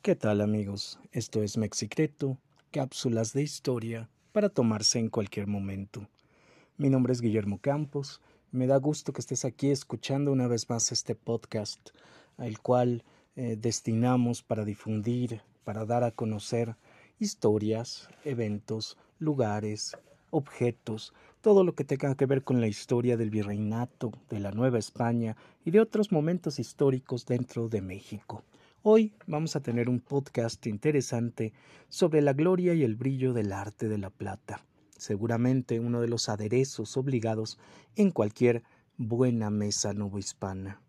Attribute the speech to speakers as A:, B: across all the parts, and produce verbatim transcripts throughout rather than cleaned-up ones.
A: ¿Qué tal amigos? Esto es Mexicreto, cápsulas de historia para tomarse en cualquier momento. Mi nombre es Guillermo Campos, me da gusto que estés aquí escuchando una vez más este podcast, al cual eh, destinamos para difundir, para dar a conocer historias, eventos, lugares, objetos, todo lo que tenga que ver con la historia del virreinato, de la Nueva España y de otros momentos históricos dentro de México. Hoy vamos a tener un podcast interesante sobre la gloria y el brillo del arte de la plata, seguramente uno de los aderezos obligados en cualquier buena mesa novohispana.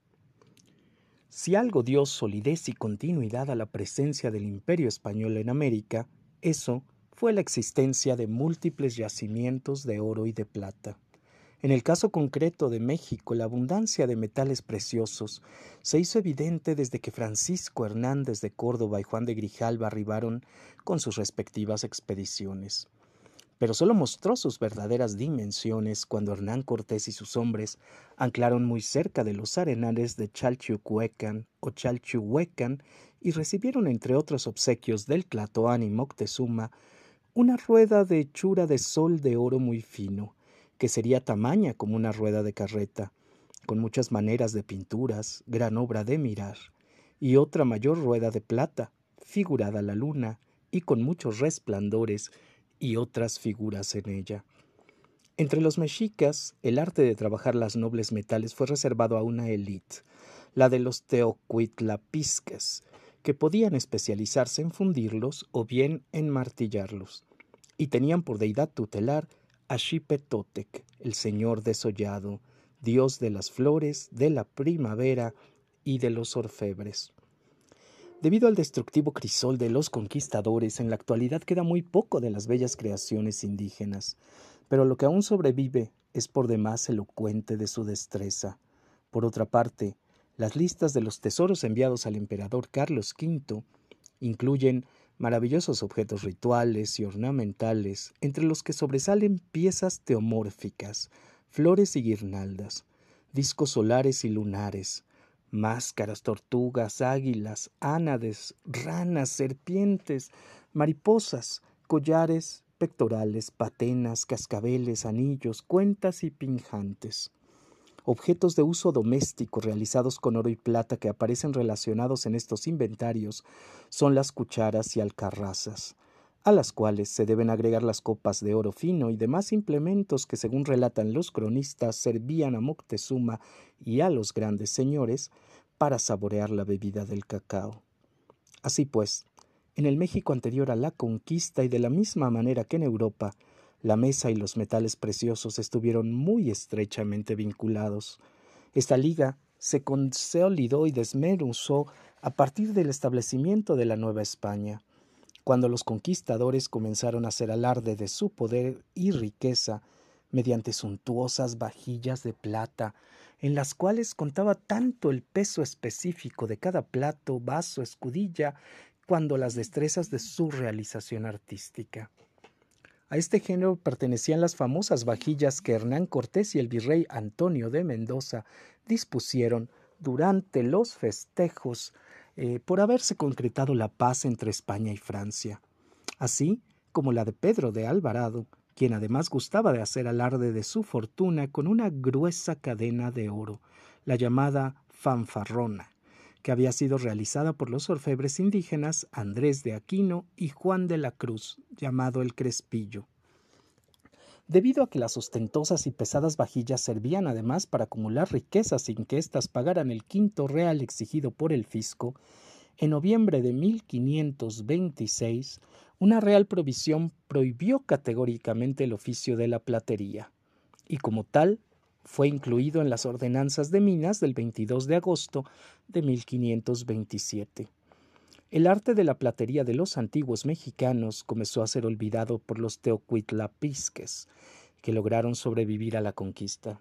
A: Si algo dio solidez y continuidad a la presencia del Imperio español en América, eso fue la existencia de múltiples yacimientos de oro y de plata. En el caso concreto de México, la abundancia de metales preciosos se hizo evidente desde que Francisco Hernández de Córdoba y Juan de Grijalva arribaron con sus respectivas expediciones. Pero solo mostró sus verdaderas dimensiones cuando Hernán Cortés y sus hombres anclaron muy cerca de los arenales de Chalchihuecan o Chalchihuecan y recibieron, entre otros obsequios del Tlatoani y Moctezuma, una rueda de hechura de sol de oro muy fino, que sería tamaña como una rueda de carreta, con muchas maneras de pinturas, gran obra de mirar, y otra mayor rueda de plata, figurada la luna, y con muchos resplandores y otras figuras en ella. Entre los mexicas, el arte de trabajar las nobles metales fue reservado a una élite, la de los teocuitlapisques, que podían especializarse en fundirlos o bien en martillarlos, y tenían por deidad tutelar a Xipetotec, el señor desollado, dios de las flores, de la primavera y de los orfebres. Debido al destructivo crisol de los conquistadores, en la actualidad queda muy poco de las bellas creaciones indígenas, pero lo que aún sobrevive es por demás elocuente de su destreza. Por otra parte, las listas de los tesoros enviados al emperador Carlos quinto incluyen maravillosos objetos rituales y ornamentales, entre los que sobresalen piezas teomórficas, flores y guirnaldas, discos solares y lunares, máscaras, tortugas, águilas, ánades, ranas, serpientes, mariposas, collares, pectorales, patenas, cascabeles, anillos, cuentas y pinjantes. Objetos de uso doméstico realizados con oro y plata que aparecen relacionados en estos inventarios son las cucharas y alcarrazas, a las cuales se deben agregar las copas de oro fino y demás implementos que, según relatan los cronistas, servían a Moctezuma y a los grandes señores para saborear la bebida del cacao. Así pues, en el México anterior a la conquista y de la misma manera que en Europa, la mesa y los metales preciosos estuvieron muy estrechamente vinculados. Esta liga se consolidó y desmenuzó a partir del establecimiento de la Nueva España, cuando los conquistadores comenzaron a hacer alarde de su poder y riqueza mediante suntuosas vajillas de plata, en las cuales contaba tanto el peso específico de cada plato, vaso, escudilla, cuando las destrezas de su realización artística. A este género pertenecían las famosas vajillas que Hernán Cortés y el virrey Antonio de Mendoza dispusieron durante los festejos eh, por haberse concretado la paz entre España y Francia, así como la de Pedro de Alvarado, quien además gustaba de hacer alarde de su fortuna con una gruesa cadena de oro, la llamada fanfarrona, que había sido realizada por los orfebres indígenas Andrés de Aquino y Juan de la Cruz, llamado el Crespillo. Debido a que las ostentosas y pesadas vajillas servían además para acumular riquezas sin que éstas pagaran el quinto real exigido por el fisco, en noviembre de mil quinientos veintiséis, una real provisión prohibió categóricamente el oficio de la platería, y como tal fue incluido en las ordenanzas de Minas del veintidós de agosto de mil quinientos veintisiete. El arte de la platería de los antiguos mexicanos comenzó a ser olvidado por los teocuitlapisques, que lograron sobrevivir a la conquista.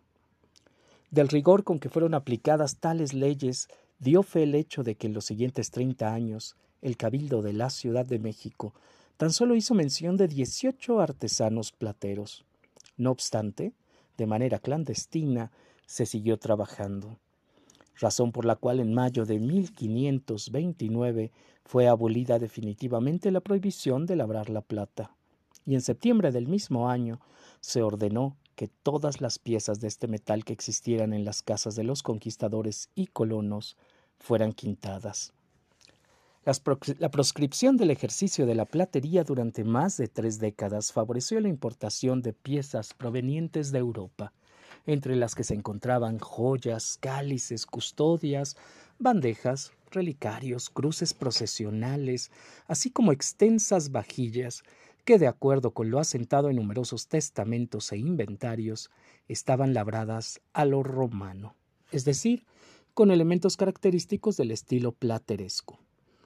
A: Del rigor con que fueron aplicadas tales leyes dio fe el hecho de que en los siguientes treinta años el Cabildo de la Ciudad de México tan solo hizo mención de dieciocho artesanos plateros. No obstante, de manera clandestina, se siguió trabajando. razón por la cual en mayo de mil quinientos veintinueve fue abolida definitivamente la prohibición de labrar la plata, y en septiembre del mismo año se ordenó que todas las piezas de este metal que existieran en las casas de los conquistadores y colonos fueran quintadas. Las pro- la proscripción del ejercicio de la platería durante más de tres décadas favoreció la importación de piezas provenientes de Europa, entre las que se encontraban joyas, cálices, custodias, bandejas, relicarios, cruces procesionales, así como extensas vajillas que, de acuerdo con lo asentado en numerosos testamentos e inventarios, estaban labradas a lo romano, es decir, con elementos característicos del estilo plateresco.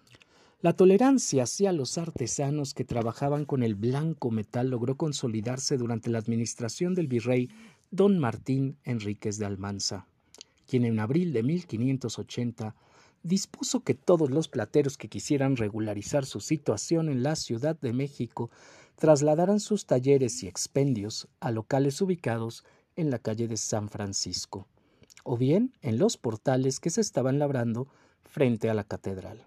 A: La tolerancia hacia los artesanos que trabajaban con el blanco metal logró consolidarse durante la administración del virrey don Martín Enríquez de Almanza, quien en abril de mil quinientos ochenta dispuso que todos los plateros que quisieran regularizar su situación en la Ciudad de México trasladaran sus talleres y expendios a locales ubicados en la calle de San Francisco, o bien en los portales que se estaban labrando frente a la catedral.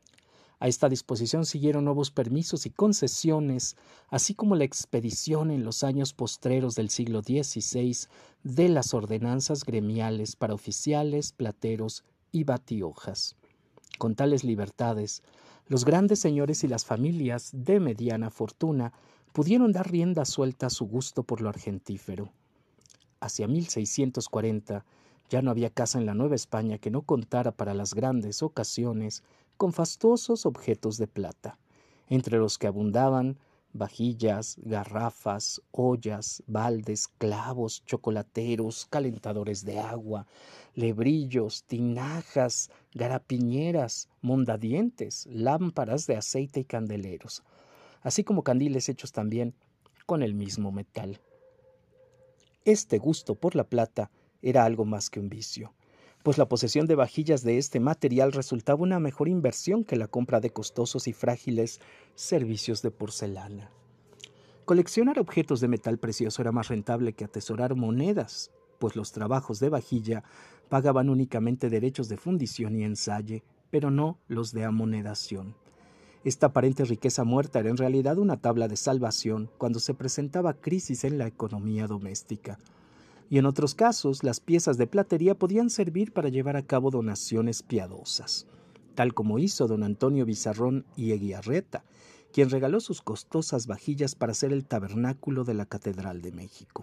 A: A esta disposición siguieron nuevos permisos y concesiones, así como la expedición en los años postreros del siglo dieciséis de las ordenanzas gremiales para oficiales, plateros y batihojas. Con tales libertades, los grandes señores y las familias de mediana fortuna pudieron dar rienda suelta a su gusto por lo argentífero. Hacia mil seiscientos cuarenta ya no había casa en la Nueva España que no contara para las grandes ocasiones con fastuosos objetos de plata, entre los que abundaban vajillas, garrafas, ollas, baldes, clavos, chocolateros, calentadores de agua, lebrillos, tinajas, garapiñeras, mondadientes, lámparas de aceite y candeleros, así como candiles hechos también con el mismo metal. Este gusto por la plata era algo más que un vicio, pues la posesión de vajillas de este material resultaba una mejor inversión que la compra de costosos y frágiles servicios de porcelana. Coleccionar objetos de metal precioso era más rentable que atesorar monedas, pues los trabajos de vajilla pagaban únicamente derechos de fundición y ensaye, pero no los de amonedación. Esta aparente riqueza muerta era en realidad una tabla de salvación cuando se presentaba crisis en la economía doméstica. Y en otros casos, las piezas de platería podían servir para llevar a cabo donaciones piadosas, tal como hizo don Antonio Bizarrón y Eguiarreta, quien regaló sus costosas vajillas para hacer el tabernáculo de la Catedral de México.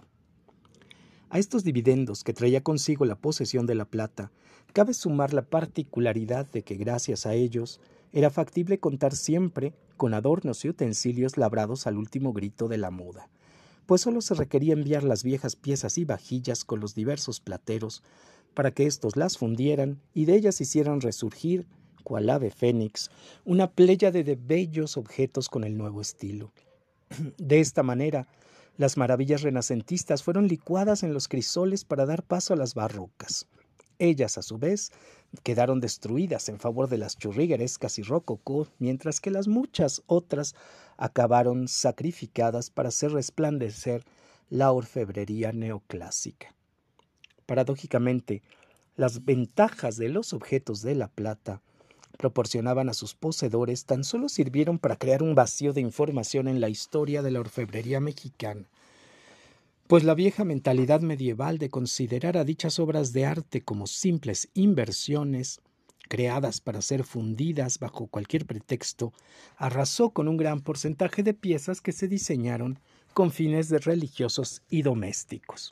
A: A estos dividendos que traía consigo la posesión de la plata, cabe sumar la particularidad de que gracias a ellos era factible contar siempre con adornos y utensilios labrados al último grito de la moda, pues solo se requería enviar las viejas piezas y vajillas con los diversos plateros para que éstos las fundieran y de ellas hicieran resurgir, cual ave fénix, una pléyade de bellos objetos con el nuevo estilo. De esta manera, las maravillas renacentistas fueron licuadas en los crisoles para dar paso a las barrocas. Ellas, a su vez, quedaron destruidas en favor de las churriguerescas y rococó, mientras que las muchas otras acabaron sacrificadas para hacer resplandecer la orfebrería neoclásica. Paradójicamente, las ventajas de los objetos de la plata proporcionaban a sus poseedores tan solo sirvieron para crear un vacío de información en la historia de la orfebrería mexicana, pues la vieja mentalidad medieval de considerar a dichas obras de arte como simples inversiones, creadas para ser fundidas bajo cualquier pretexto, arrasó con un gran porcentaje de piezas que se diseñaron con fines de religiosos y domésticos.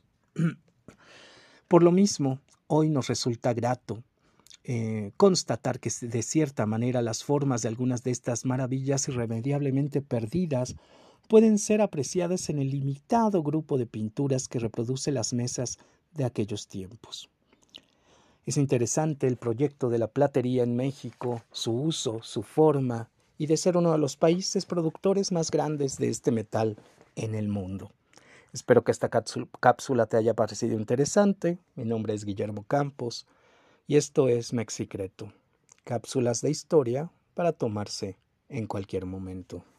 A: Por lo mismo, hoy nos resulta grato eh, constatar que de cierta manera las formas de algunas de estas maravillas irremediablemente perdidas pueden ser apreciadas en el limitado grupo de pinturas que reproduce las mesas de aquellos tiempos. Es interesante el proyecto de la platería en México, su uso, su forma y de ser uno de los países productores más grandes de este metal en el mundo. Espero que esta cápsula te haya parecido interesante. Mi nombre es Guillermo Campos y esto es Mexicreto, cápsulas de historia para tomarse en cualquier momento.